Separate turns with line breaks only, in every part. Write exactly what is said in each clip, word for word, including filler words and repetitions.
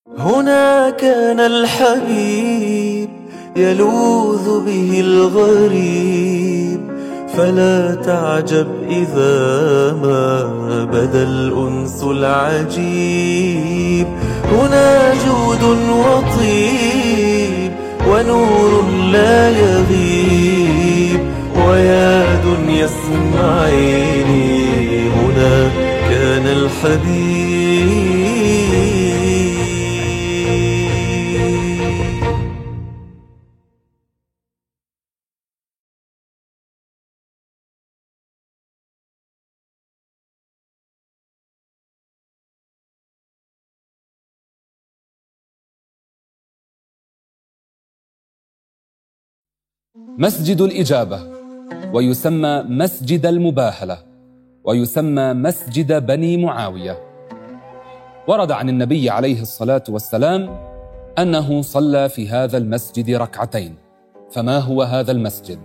هنا كان الحبيب يلوذ به الغريب، فلا تعجب إذا ما بدا الأنس العجيب. هنا جود وطيب ونور لا يغيب، ويا دنيا اسمعيني هنا كان الحبيب.
مسجد الإجابة، ويسمى مسجد المباهلة، ويسمى مسجد بني معاوية. ورد عن النبي عليه الصلاة والسلام أنه صلى في هذا المسجد ركعتين. فما هو هذا المسجد؟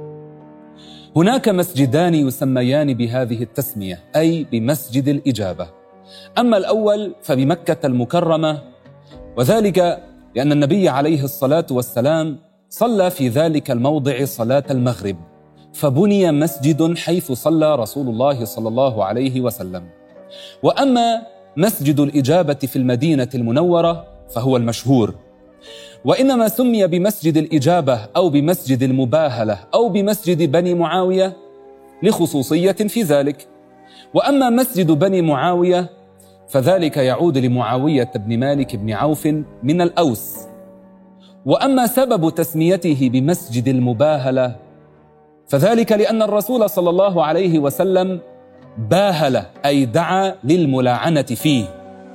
هناك مسجدان يسميان بهذه التسمية، أي بمسجد الإجابة. أما الأول فبمكة المكرمة، وذلك لأن النبي عليه الصلاة والسلام صلى في ذلك الموضع صلاة المغرب، فبني مسجد حيث صلى رسول الله صلى الله عليه وسلم. وأما مسجد الإجابة في المدينة المنورة فهو المشهور، وإنما سمي بمسجد الإجابة أو بمسجد المباهلة أو بمسجد بني معاوية لخصوصية في ذلك. وأما مسجد بني معاوية فذلك يعود لمعاوية بن مالك بن عوف من الأوس. وأما سبب تسميته بمسجد المباهلة فذلك لأن الرسول صلى الله عليه وسلم باهل، أي دعا للملاعنة فيه.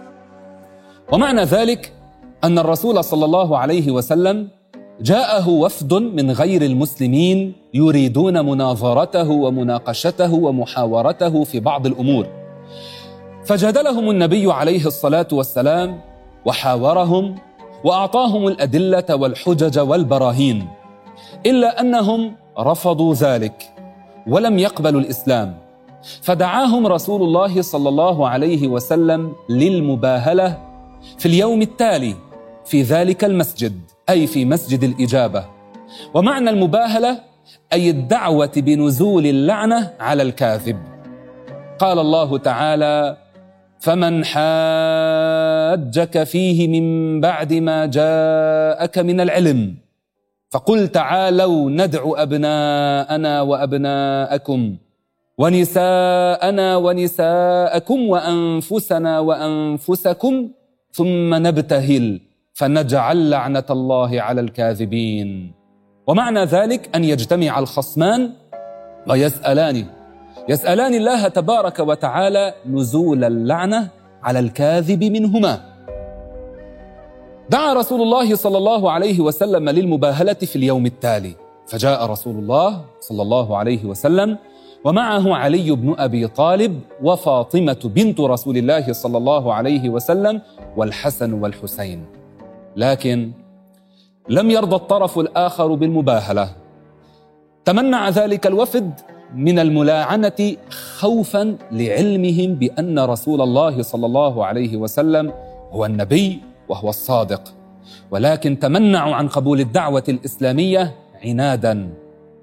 ومعنى ذلك أن الرسول صلى الله عليه وسلم جاءه وفد من غير المسلمين يريدون مناظرته ومناقشته ومحاورته في بعض الأمور، فجادلهم النبي عليه الصلاة والسلام وحاورهم وأعطاهم الأدلة والحجج والبراهين، إلا أنهم رفضوا ذلك ولم يقبلوا الإسلام، فدعاهم رسول الله صلى الله عليه وسلم للمباهلة في اليوم التالي في ذلك المسجد، أي في مسجد الإجابة. ومعنى المباهلة أي الدعوة بنزول اللعنة على الكاذب. قال الله تعالى: فمن حاجك فيه من بعد ما جاءك من العلم فقل تعالوا ندع أبناءنا وأبناءكم ونساءنا ونساءكم وأنفسنا وأنفسكم ثم نبتهل فنجعل لعنة الله على الكاذبين. ومعنى ذلك أن يجتمع الخصمان ويسألان يسألان الله تبارك وتعالى نزول اللعنة على الكاذب منهما. دعا رسول الله صلى الله عليه وسلم للمباهلة في اليوم التالي، فجاء رسول الله صلى الله عليه وسلم ومعه علي بن أبي طالب وفاطمة بنت رسول الله صلى الله عليه وسلم والحسن والحسين. لكن لم يرضى الطرف الآخر بالمباهلة. تمنع ذلك الوفد من الملاعنة خوفا لعلمهم بأن رسول الله صلى الله عليه وسلم هو النبي وهو الصادق، ولكن تمنعوا عن قبول الدعوة الإسلامية عنادا.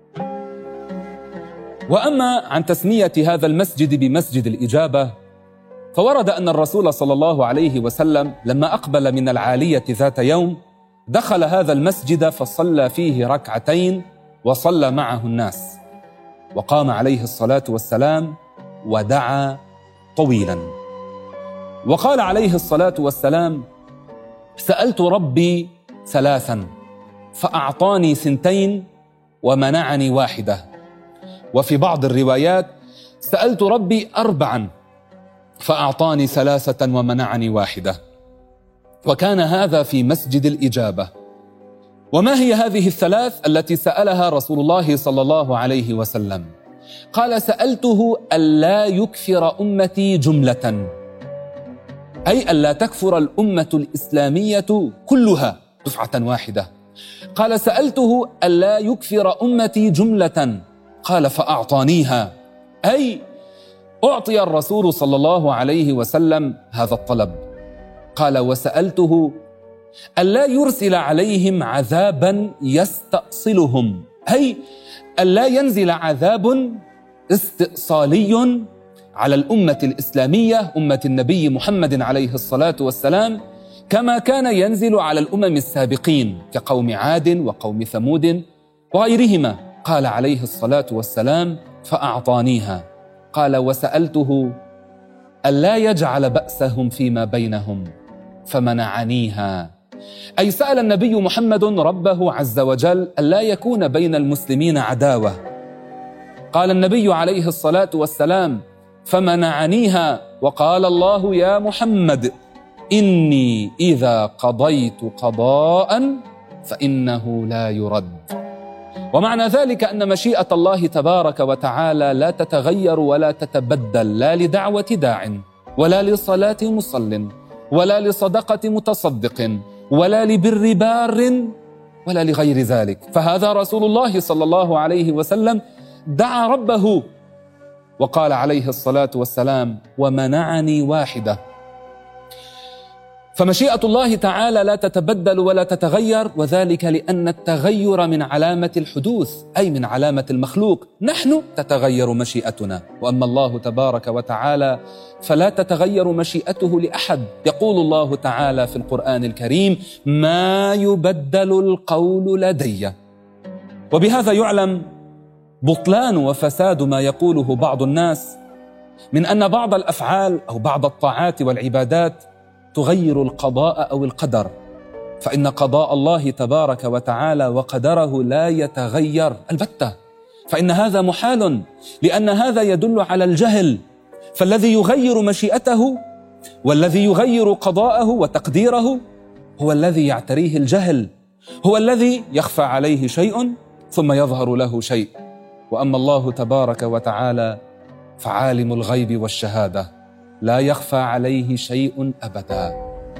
وأما عن تسمية هذا المسجد بمسجد الإجابة فورد أن الرسول صلى الله عليه وسلم لما أقبل من العالية ذات يوم دخل هذا المسجد فصلى فيه ركعتين وصلى معه الناس، وقام عليه الصلاة والسلام ودعا طويلا، وقال عليه الصلاة والسلام: سألت ربي ثلاثا فأعطاني ثنتين ومنعني واحدة. وفي بعض الروايات: سألت ربي أربعا فأعطاني ثلاثة ومنعني واحدة. وكان هذا في مسجد الإجابة. وما هي هذه الثلاث التي سألها رسول الله صلى الله عليه وسلم؟ قال: سألته ألا يكفر أمتي جملة، أي ألا تكفر الأمة الإسلامية كلها دفعة واحدة. قال: سألته ألا يكفر أمتي جملة، قال: فأعطانيها، أي أعطي الرسول صلى الله عليه وسلم هذا الطلب. قال وسألته ألا يرسل عليهم عذابا يستأصلهم، أي ألا ينزل عذاب استئصالي على الأمة الإسلامية أمة النبي محمد عليه الصلاة والسلام كما كان ينزل على الأمم السابقين كقوم عاد وقوم ثمود وغيرهما. قال عليه الصلاة والسلام فأعطانيها. قال وسألته ألا يجعل بأسهم فيما بينهم فمنعنيها، أي سأل النبي محمد ربه عز وجل ألا يكون بين المسلمين عداوة. قال النبي عليه الصلاة والسلام فمنعنيها، وقال الله يا محمد إني إذا قضيت قضاء فإنه لا يرد. ومعنى ذلك أن مشيئة الله تبارك وتعالى لا تتغير ولا تتبدل، لا لدعوة داع ولا لصلاة مصل ولا لصدقة متصدق ولا لبر بار ولا لغير ذلك. فهذا رسول الله صلى الله عليه وسلم دعا ربه وقال عليه الصلاة والسلام ومنعني واحدة. فمشيئة الله تعالى لا تتبدل ولا تتغير، وذلك لأن التغير من علامة الحدوث أي من علامة المخلوق. نحن تتغير مشيئتنا، وأما الله تبارك وتعالى فلا تتغير مشيئته لأحد. يقول الله تعالى في القرآن الكريم ما يبدل القول لدي. وبهذا يعلم بطلان وفساد ما يقوله بعض الناس من أن بعض الأفعال أو بعض الطاعات والعبادات تغير القضاء أو القدر، فإن قضاء الله تبارك وتعالى وقدره لا يتغير البتة، فإن هذا محال، لأن هذا يدل على الجهل. فالذي يغير مشيئته والذي يغير قضاءه وتقديره هو الذي يعتريه الجهل، هو الذي يخفى عليه شيء ثم يظهر له شيء. وأما الله تبارك وتعالى فعالم الغيب والشهادة لا يخفى عليه شيء أبدا.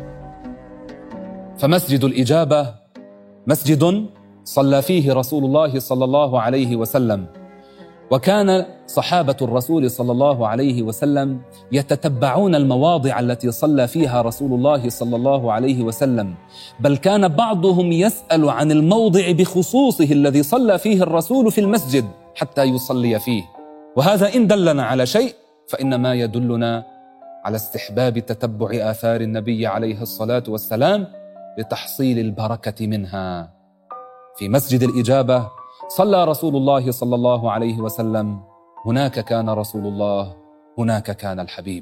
فمسجد الإجابة مسجد صلى فيه رسول الله صلى الله عليه وسلم، وكان صحابة الرسول صلى الله عليه وسلم يتتبعون المواضع التي صلى فيها رسول الله صلى الله عليه وسلم، بل كان بعضهم يسأل عن الموضع بخصوصه الذي صلى فيه الرسول في المسجد حتى يصلي فيه. وهذا إن دلنا على شيء فإنما يدلنا على استحباب تتبع آثار النبي عليه الصلاة والسلام لتحصيل البركة منها. في مسجد الإجابة صلى رسول الله صلى الله عليه وسلم، هناك كان رسول الله، هناك كان الحبيب.